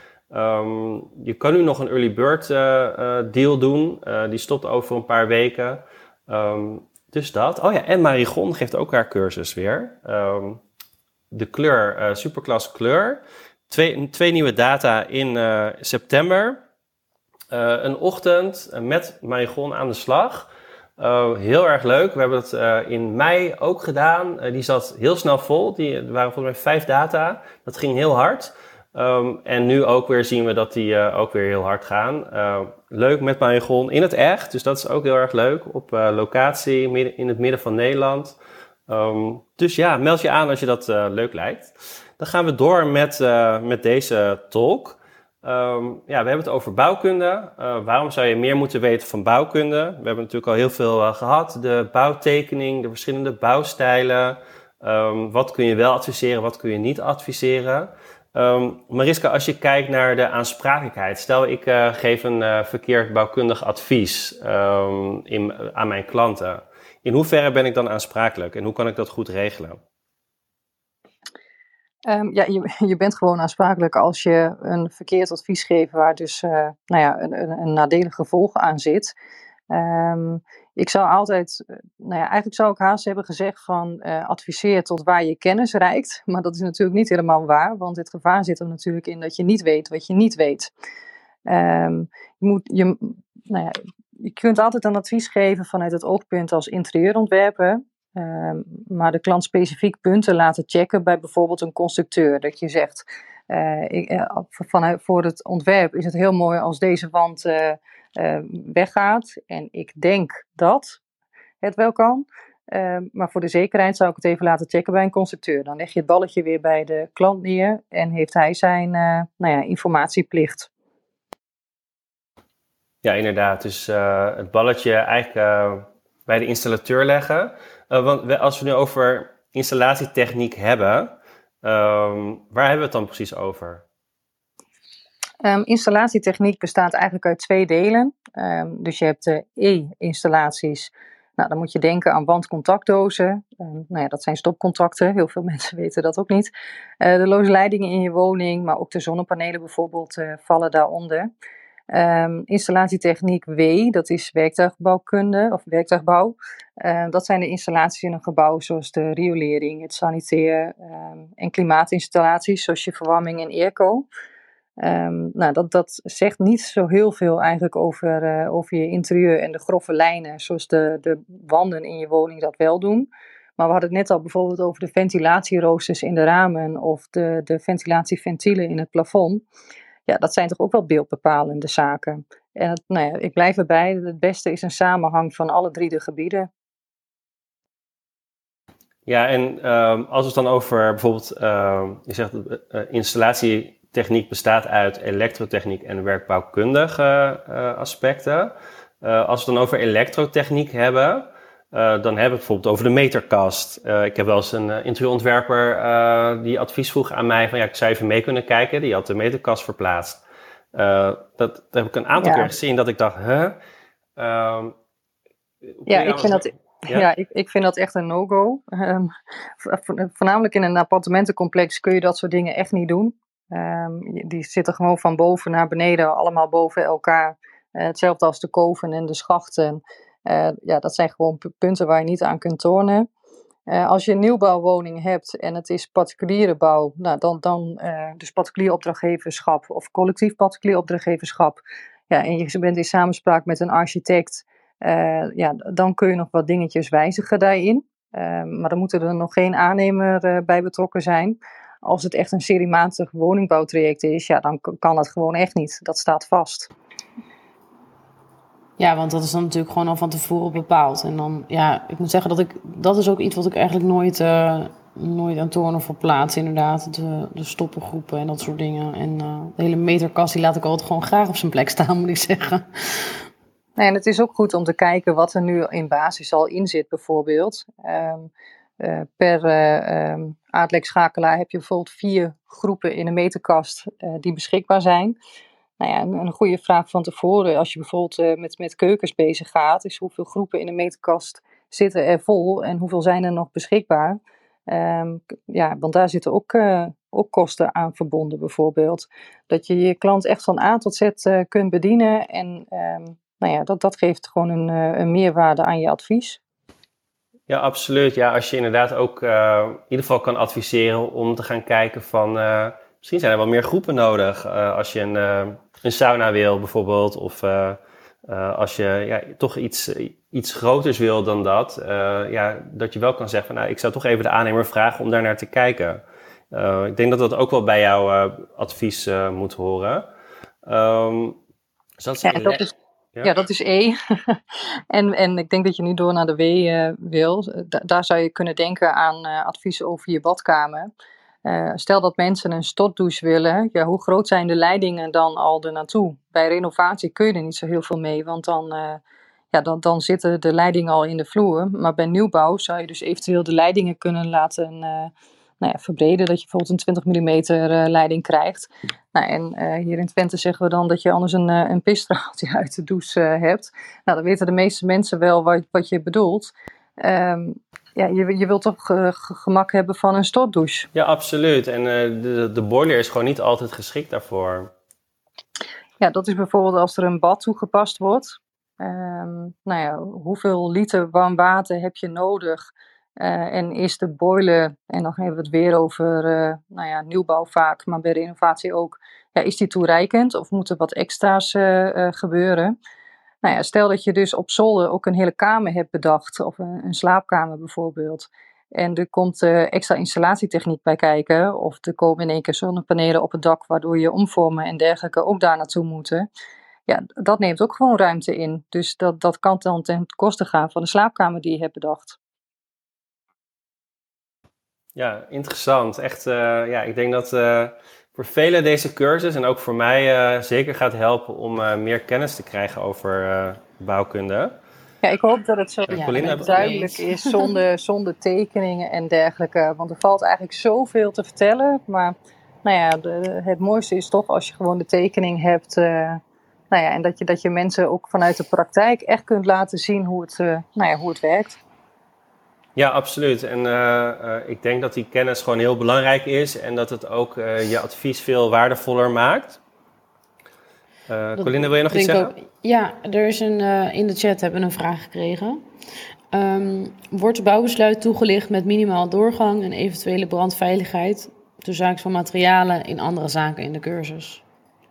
Um, je kan nu nog een early bird uh, uh, deal doen. Uh, die stopt over een paar weken. Um, dus dat. Oh ja, en Marigon geeft ook haar cursus weer. Um, de kleur, uh, superklas kleur. Twee, twee nieuwe data in uh, september. Uh, een ochtend met Marigon aan de slag. Uh, heel erg leuk. We hebben het uh, in mei ook gedaan. Uh, die zat heel snel vol. Die, er waren volgens mij vijf data. Dat ging heel hard. Um, en nu ook weer zien we dat die uh, ook weer heel hard gaan. Uh, leuk met Marigon in het echt. Dus dat is ook heel erg leuk. Op uh, locatie midden, in het midden van Nederland. Um, dus ja, meld je aan als je dat uh, leuk lijkt. Dan gaan we door met, uh, met deze talk. Um, ja, we hebben het over bouwkunde. Uh, waarom zou je meer moeten weten van bouwkunde? We hebben natuurlijk al heel veel uh, gehad. De bouwtekening, de verschillende bouwstijlen. Um, wat kun je wel adviseren, wat kun je niet adviseren? Um, Mariska, als je kijkt naar de aansprakelijkheid. Stel, ik uh, geef een uh, verkeerd bouwkundig advies um, in, aan mijn klanten. In hoeverre ben ik dan aansprakelijk en hoe kan ik dat goed regelen? Um, ja, je, je bent gewoon aansprakelijk als je een verkeerd advies geeft waar dus uh, nou ja, een, een, een nadelig gevolg aan zit. Um, ik zou altijd, nou ja, eigenlijk zou ik haast hebben gezegd van uh, adviseer tot waar je kennis reikt. Maar dat is natuurlijk niet helemaal waar, want het gevaar zit er natuurlijk in dat je niet weet wat je niet weet. Um, je, moet, je, nou ja, je kunt altijd een advies geven vanuit het oogpunt als interieurontwerper. Um, maar de klant specifiek punten laten checken bij bijvoorbeeld een constructeur. Dat je zegt, uh, ik, uh, vanuit, voor het ontwerp is het heel mooi als deze wand uh, uh, weggaat. En ik denk dat het wel kan. Uh, maar voor de zekerheid zou ik het even laten checken bij een constructeur. Dan leg je het balletje weer bij de klant neer en heeft hij zijn uh, nou ja, informatieplicht. Ja, inderdaad. Dus uh, het balletje eigenlijk uh, bij de installateur leggen. Uh, want we, als we nu over installatietechniek hebben, um, waar hebben we het dan precies over? Um, installatietechniek bestaat eigenlijk uit twee delen. Um, dus je hebt de E-installaties. Nou, dan moet je denken aan wandcontactdozen. Um, nou ja, dat zijn stopcontacten. Heel veel mensen weten dat ook niet. Uh, de loze leidingen in je woning, maar ook de zonnepanelen bijvoorbeeld uh, vallen daaronder. Um, installatietechniek W, dat is werktuigbouwkunde of werktuigbouw. Uh, dat zijn de installaties in een gebouw zoals de riolering, het sanitair um, en klimaatinstallaties zoals je verwarming en airco. Um, nou, dat, dat zegt niet zo heel veel eigenlijk over, uh, over je interieur en de grove lijnen zoals de, de wanden in je woning dat wel doen. Maar we hadden het net al bijvoorbeeld over de ventilatieroosters in de ramen of de, de ventilatieventielen in het plafond. Ja, dat zijn toch ook wel beeldbepalende zaken. En het, nou ja, ik blijf erbij, het beste is een samenhang van alle drie de gebieden. Ja, en um, als we het dan over bijvoorbeeld, uh, je zegt uh, installatietechniek bestaat uit elektrotechniek en werkbouwkundige uh, aspecten. Uh, als we het dan over elektrotechniek hebben, Uh, dan hebben we het bijvoorbeeld over de meterkast. Uh, ik heb wel eens een uh, interieurontwerper uh, die advies vroeg aan mij van ja, ik zou even mee kunnen kijken. Die had de meterkast verplaatst. Uh, dat, dat heb ik een aantal ja. keer gezien dat ik dacht, huh? Um, ja, ik vind dat, ja? ja ik, ik vind dat echt een no-go. Um, voornamelijk in een appartementencomplex kun je dat soort dingen echt niet doen. Um, die zitten gewoon van boven naar beneden, allemaal boven elkaar. Uh, hetzelfde als de koven en de schachten. Uh, ja, dat zijn gewoon p- punten waar je niet aan kunt tornen. Uh, als je een nieuwbouwwoning hebt en het is particuliere bouw, nou, dan, dan uh, dus particulier opdrachtgeverschap of collectief particulier opdrachtgeverschap. Ja, en je bent in samenspraak met een architect, uh, ja, dan kun je nog wat dingetjes wijzigen daarin. Uh, maar dan moeten er nog geen aannemer uh, bij betrokken zijn. Als het echt een seriematig woningbouwtraject is, ja, dan k- kan dat gewoon echt niet. Dat staat vast. Ja, want dat is dan natuurlijk gewoon al van tevoren bepaald. En dan, ja, ik moet zeggen dat ik, dat is ook iets wat ik eigenlijk nooit, uh, nooit aan tornen voor plaats, inderdaad. De, de stoppengroepen en dat soort dingen. En uh, de hele meterkast, die laat ik altijd gewoon graag op zijn plek staan, moet ik zeggen. Nee, en het is ook goed om te kijken wat er nu in basis al in zit, bijvoorbeeld. Um, uh, per uh, um, aardlekschakelaar heb je bijvoorbeeld vier groepen in een meterkast uh, die beschikbaar zijn. Nou ja, een, een goede vraag van tevoren, als je bijvoorbeeld uh, met, met keukens bezig gaat, is hoeveel groepen in een meterkast zitten er vol en hoeveel zijn er nog beschikbaar? Um, ja, want daar zitten ook, uh, ook kosten aan verbonden, bijvoorbeeld. Dat je je klant echt van A tot Z uh, kunt bedienen en um, nou ja, dat, dat geeft gewoon een, uh, een meerwaarde aan je advies. Ja, absoluut. Ja, als je inderdaad ook uh, in ieder geval kan adviseren om te gaan kijken van Uh, misschien zijn er wel meer groepen nodig. Uh, als je een, uh, een sauna wil bijvoorbeeld. Of uh, uh, als je ja, toch iets, iets groters wil dan dat. Uh, ja, dat je wel kan zeggen van nou, ik zou toch even de aannemer vragen om daar naar te kijken. Uh, ik denk dat dat ook wel bij jouw uh, advies uh, moet horen. Um, dus dat is ja, dat is, ja? ja, dat is E. en, en ik denk dat je nu door naar de W uh, wil. Da- daar zou je kunnen denken aan uh, advies over je badkamer. Uh, stel dat mensen een stortdouche willen, ja, hoe groot zijn de leidingen dan al er naartoe? Bij renovatie kun je er niet zo heel veel mee, want dan, uh, ja, dan, dan zitten de leidingen al in de vloer. Maar bij nieuwbouw zou je dus eventueel de leidingen kunnen laten uh, nou ja, verbreden, dat je bijvoorbeeld een twintig millimeter uh, leiding krijgt. Nou, en uh, hier in Twente zeggen we dan dat je anders een, uh, een pisstraaltje uit de douche uh, hebt. Nou, dan weten de meeste mensen wel wat, wat je bedoelt. Um, Ja, je, je wilt toch uh, gemak hebben van een stortdouche? Ja, absoluut. En uh, de, de boiler is gewoon niet altijd geschikt daarvoor. Ja, dat is bijvoorbeeld als er een bad toegepast wordt. Um, nou ja, hoeveel liter warm water heb je nodig? Uh, en is de boiler, en dan hebben we het weer over uh, nou ja, nieuwbouw vaak, maar bij renovatie ook. Ja, is die toereikend of moet er wat extra's uh, uh, gebeuren? Nou ja, stel dat je dus op zolder ook een hele kamer hebt bedacht, of een, een slaapkamer bijvoorbeeld. En er komt uh, extra installatietechniek bij kijken, of er komen in één keer zonnepanelen op het dak, waardoor je omvormen en dergelijke ook daar naartoe moeten. Ja, dat neemt ook gewoon ruimte in. Dus dat, dat kan dan ten koste gaan van de slaapkamer die je hebt bedacht. Ja, interessant. Echt, uh, ja, ik denk dat uh, voor velen deze cursus en ook voor mij uh, zeker gaat helpen om uh, meer kennis te krijgen over uh, bouwkunde. Ja, ik hoop dat het zo ja, Colinda, duidelijk is, zonder, zonder tekeningen en dergelijke. Want er valt eigenlijk zoveel te vertellen. Maar nou ja, de, het mooiste is toch als je gewoon de tekening hebt. Uh, nou ja, en dat je, dat je mensen ook vanuit de praktijk echt kunt laten zien hoe het, uh, nou ja, hoe het werkt. Ja, absoluut. En uh, uh, ik denk dat die kennis gewoon heel belangrijk is. En dat het ook uh, je advies veel waardevoller maakt. Uh, Colinda, wil je nog iets zeggen? Ook, ja, er is een, uh, in de chat hebben we een vraag gekregen. Um, wordt het bouwbesluit toegelicht met minimaal doorgang en eventuele brandveiligheid de zaak van materialen in andere zaken in de cursus?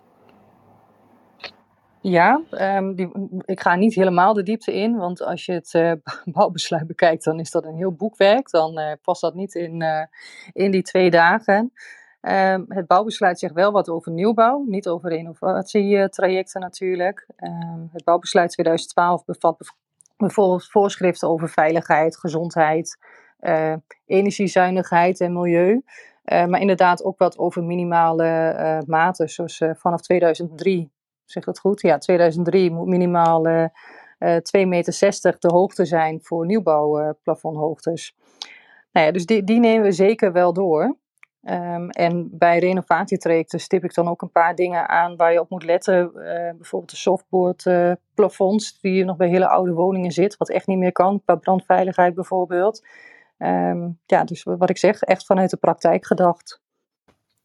Ja, um, die, ik ga niet helemaal de diepte in, want als je het uh, bouwbesluit bekijkt, dan is dat een heel boekwerk. Dan uh, past dat niet in, uh, in die twee dagen. Um, het bouwbesluit zegt wel wat over nieuwbouw, niet over renovatietrajecten natuurlijk. Um, het bouwbesluit tweeduizend twaalf bevat bijvoorbeeld voorschriften over veiligheid, gezondheid, uh, energiezuinigheid en milieu. Uh, maar inderdaad ook wat over minimale uh, maten, zoals uh, vanaf tweeduizend drie, zeg dat goed? Ja, tweeduizend drie moet minimaal uh, uh, twee meter zestig de hoogte zijn voor nieuwbouwplafondhoogtes. Uh, nou ja, dus die, die nemen we zeker wel door. Um, en bij renovatietrajecten stip ik dan ook een paar dingen aan waar je op moet letten. Uh, bijvoorbeeld de softboard uh, plafonds die nog bij hele oude woningen zit, wat echt niet meer kan, qua brandveiligheid bijvoorbeeld. Um, ja, dus wat ik zeg, echt vanuit de praktijk gedacht.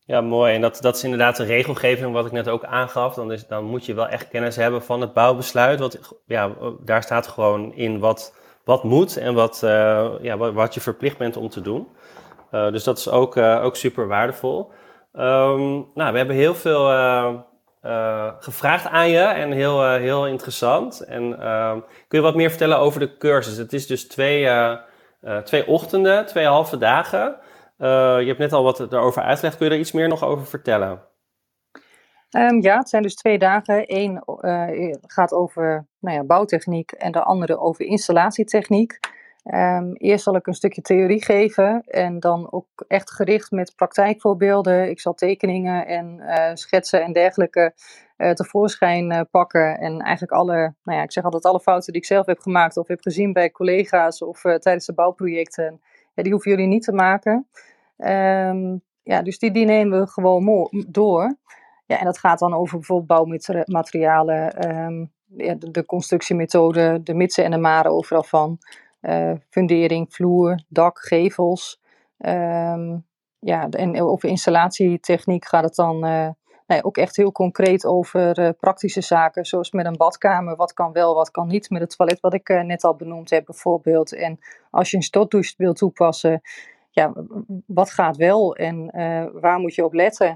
Ja, mooi. En dat, dat is inderdaad de regelgeving wat ik net ook aangaf. Dan, is, dan moet je wel echt kennis hebben van het bouwbesluit. Want ja, daar staat gewoon in wat, wat moet en wat, uh, ja, wat, wat je verplicht bent om te doen. Uh, dus dat is ook, uh, ook super waardevol. Um, nou, we hebben heel veel uh, uh, gevraagd aan je en heel, uh, heel interessant. En uh, kun je wat meer vertellen over de cursus? Het is dus twee, uh, uh, twee ochtenden, twee halve dagen. Uh, je hebt net al wat erover uitgelegd. Kun je er iets meer nog over vertellen? Um, ja, het zijn dus twee dagen. Eén uh, gaat over nou ja, bouwtechniek en de andere over installatietechniek. Um, eerst zal ik een stukje theorie geven en dan ook echt gericht met praktijkvoorbeelden. Ik zal tekeningen en uh, schetsen en dergelijke uh, tevoorschijn uh, pakken. En eigenlijk alle, nou ja, ik zeg altijd alle fouten die ik zelf heb gemaakt of heb gezien bij collega's of uh, tijdens de bouwprojecten, ja, die hoeven jullie niet te maken. Um, ja, dus die, die nemen we gewoon mo- door. Ja, en dat gaat dan over bijvoorbeeld bouwmaterialen, um, ja, de, de constructiemethode, de mitsen en de maren overal van. Uh, fundering, vloer, dak, gevels. Um, ja, en over installatietechniek gaat het dan uh, nee, ook echt heel concreet over uh, praktische zaken. Zoals met een badkamer, wat kan wel, wat kan niet. Met het toilet wat ik uh, net al benoemd heb bijvoorbeeld. En als je een stotdouche wil toepassen, ja, wat gaat wel en uh, waar moet je op letten?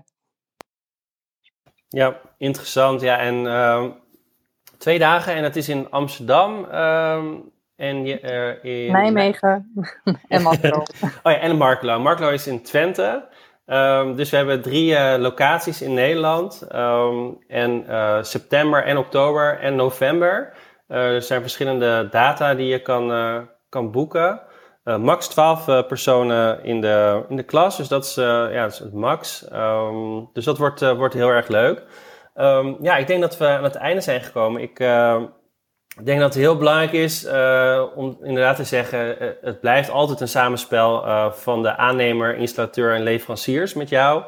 Ja, interessant. Ja, en uh, twee dagen en het is in Amsterdam uh, en je, uh, in Nijmegen en Markelo. Oh ja, en Markelo. Markelo is in Twente. Um, dus we hebben drie uh, locaties in Nederland. Um, en uh, september en oktober en november. Uh, er zijn verschillende data die je kan, uh, kan boeken. Uh, max twaalf uh, personen in de, in de klas, dus dat is, uh, ja, dat is het max. Um, dus dat wordt, uh, wordt heel erg leuk. Um, ja, ik denk dat we aan het einde zijn gekomen. Ik uh, denk dat het heel belangrijk is uh, om inderdaad te zeggen, uh, het blijft altijd een samenspel uh, van de aannemer, installateur en leveranciers met jou.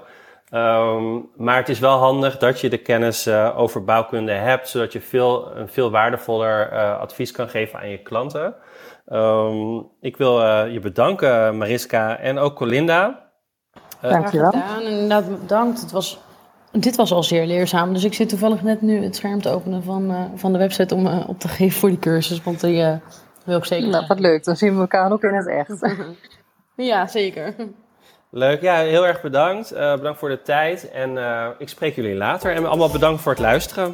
Um, maar het is wel handig dat je de kennis uh, over bouwkunde hebt, zodat je veel, een veel waardevoller uh, advies kan geven aan je klanten. Um, ik wil uh, je bedanken, Mariska en ook Colinda. Uh, Dankjewel. Gedaan. En inderdaad bedankt. Het was, dit was al zeer leerzaam. Dus ik zit toevallig net nu het scherm te openen van, uh, van de website om uh, op te geven voor die cursus. Want die uh, wil ik zeker. Nou, wat leuk. Dan zien we elkaar ook in het echt. Ja, zeker. Leuk. Ja, heel erg bedankt. Uh, bedankt voor de tijd. En uh, ik spreek jullie later. En allemaal bedankt voor het luisteren.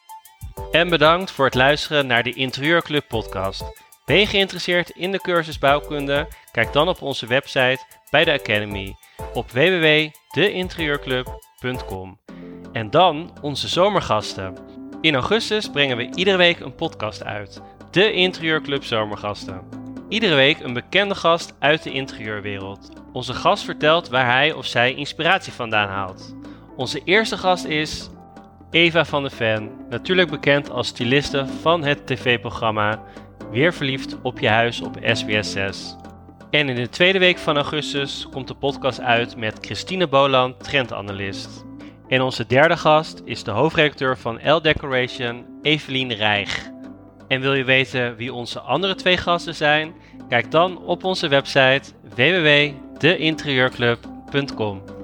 En bedankt voor het luisteren naar de Interieurclub podcast. Ben je geïnteresseerd in de cursus bouwkunde? Kijk dan op onze website bij de Academy op w w w punt de interieurclub punt com. En dan onze zomergasten. In augustus brengen we iedere week een podcast uit. De Interieurclub Zomergasten. Iedere week een bekende gast uit de interieurwereld. Onze gast vertelt waar hij of zij inspiratie vandaan haalt. Onze eerste gast is Eva van de Ven, natuurlijk bekend als styliste van het tv-programma Weer verliefd op je huis op S B S zes. En in de tweede week van augustus komt de podcast uit met Christine Boland, trendanalist. En onze derde gast is de hoofdredacteur van L Decoration, Evelien Rijg. En wil je weten wie onze andere twee gasten zijn? Kijk dan op onze website w w w punt de interieurclub punt com.